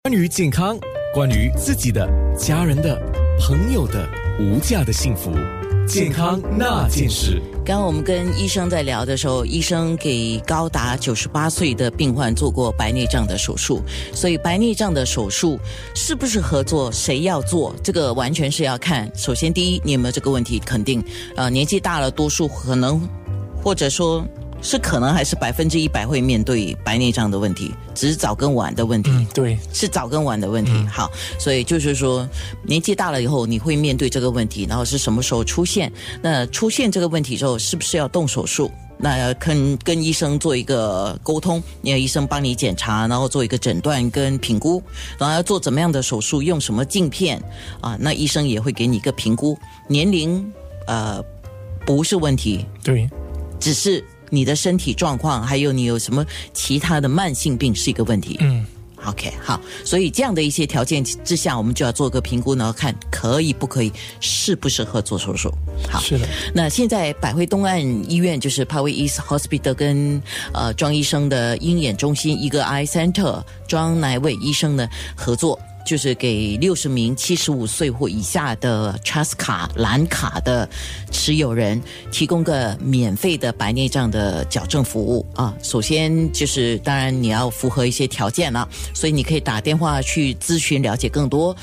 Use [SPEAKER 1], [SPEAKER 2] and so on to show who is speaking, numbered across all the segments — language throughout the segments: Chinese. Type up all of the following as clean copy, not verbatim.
[SPEAKER 1] 关于健康，关于自己的、家人的、朋友的无价的幸福，健康那件事。
[SPEAKER 2] 刚刚我们跟医生在聊的时候，医生给高达98岁的病患做过白内障的手术，所以白内障的手术适不适合做，谁要做，这个完全是要看。首先第一，你有没有这个问题？肯定，年纪大了，多数可能，或者说是可能还是100%会面对白内障的问题，只是早跟晚的问题。
[SPEAKER 3] 对，
[SPEAKER 2] 是早跟晚的问题。好，所以就是说年纪大了以后你会面对这个问题，然后是什么时候出现，那出现这个问题之后是不是要动手术，那要跟医生做一个沟通，你要医生帮你检查，然后做一个诊断跟评估，然后要做怎么样的手术，用什么镜片啊，那医生也会给你一个评估。年龄不是问题，
[SPEAKER 3] 对，
[SPEAKER 2] 只是你的身体状况，还有你有什么其他的慢性病是一个问题。OK， 好，所以这样的一些条件之下，我们就要做个评估呢，看可以不可以，适不适合做手术。好，
[SPEAKER 3] 是的。
[SPEAKER 2] 那现在百汇东岸医院就是 Parkway East Hospital 跟庄医生的鹰眼中心一个 Eye Center 庄乃伟医生呢合作，就是给60名75岁或以下的 Trust 卡蓝卡的持有人提供个免费的白内障的矫正服务啊。首先就是当然你要符合一些条件了，所以你可以打电话去咨询了解更多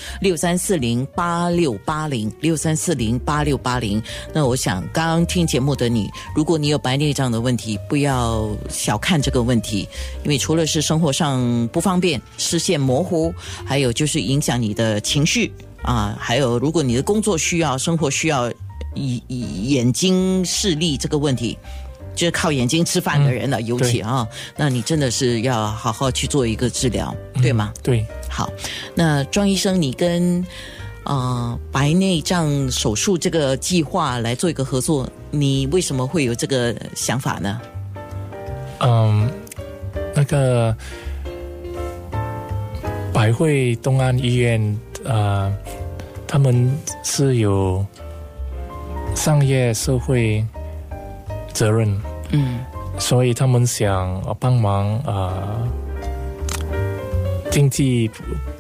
[SPEAKER 2] 63408680 那我想刚刚听节目的你，如果你有白内障的问题，不要小看这个问题，因为除了是生活上不方便，视线模糊，还有就是影响你的情绪啊，还有如果你的工作需要、生活需要眼睛视力这个问题，就是靠眼睛吃饭的人了，尤其啊，那你真的是要好好去做一个治疗，对吗？
[SPEAKER 3] 对。
[SPEAKER 2] 好，那庄医生，你跟白内障手术这个计划来做一个合作，你为什么会有这个想法呢？
[SPEAKER 3] 那个百汇东岸医院他们是有商业社会责任，所以他们想帮忙经济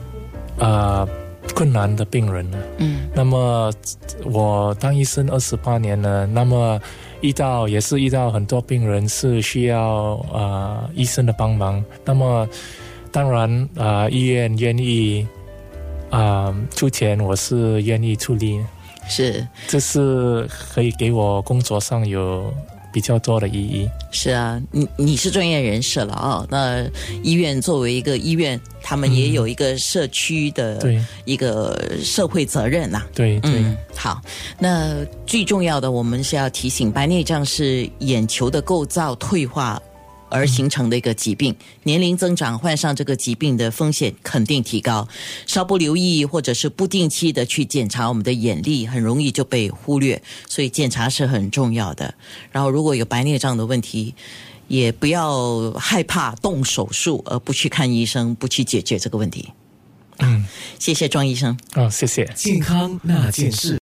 [SPEAKER 3] 困难的病人呢。那么我当医生28年了，那么也是遇到很多病人是需要医生的帮忙，那么当然医院愿意出钱，我是愿意出力，
[SPEAKER 2] 是，这
[SPEAKER 3] 是可以给我工作上有比较多的意义。
[SPEAKER 2] 是啊，你是专业人士了啊。那医院作为一个医院，他们也有一个社区的一个社会责任呐。
[SPEAKER 3] 对，
[SPEAKER 2] 好，那最重要的，我们是要提醒，白内障是眼球的构造退化而形成的一个疾病，年龄增长患上这个疾病的风险肯定提高，稍不留意或者是不定期的去检查我们的眼力，很容易就被忽略，所以检查是很重要的。然后如果有白内障的问题，也不要害怕动手术而不去看医生，不去解决这个问题。谢谢庄医生。
[SPEAKER 3] 谢谢。
[SPEAKER 1] 健康那件事。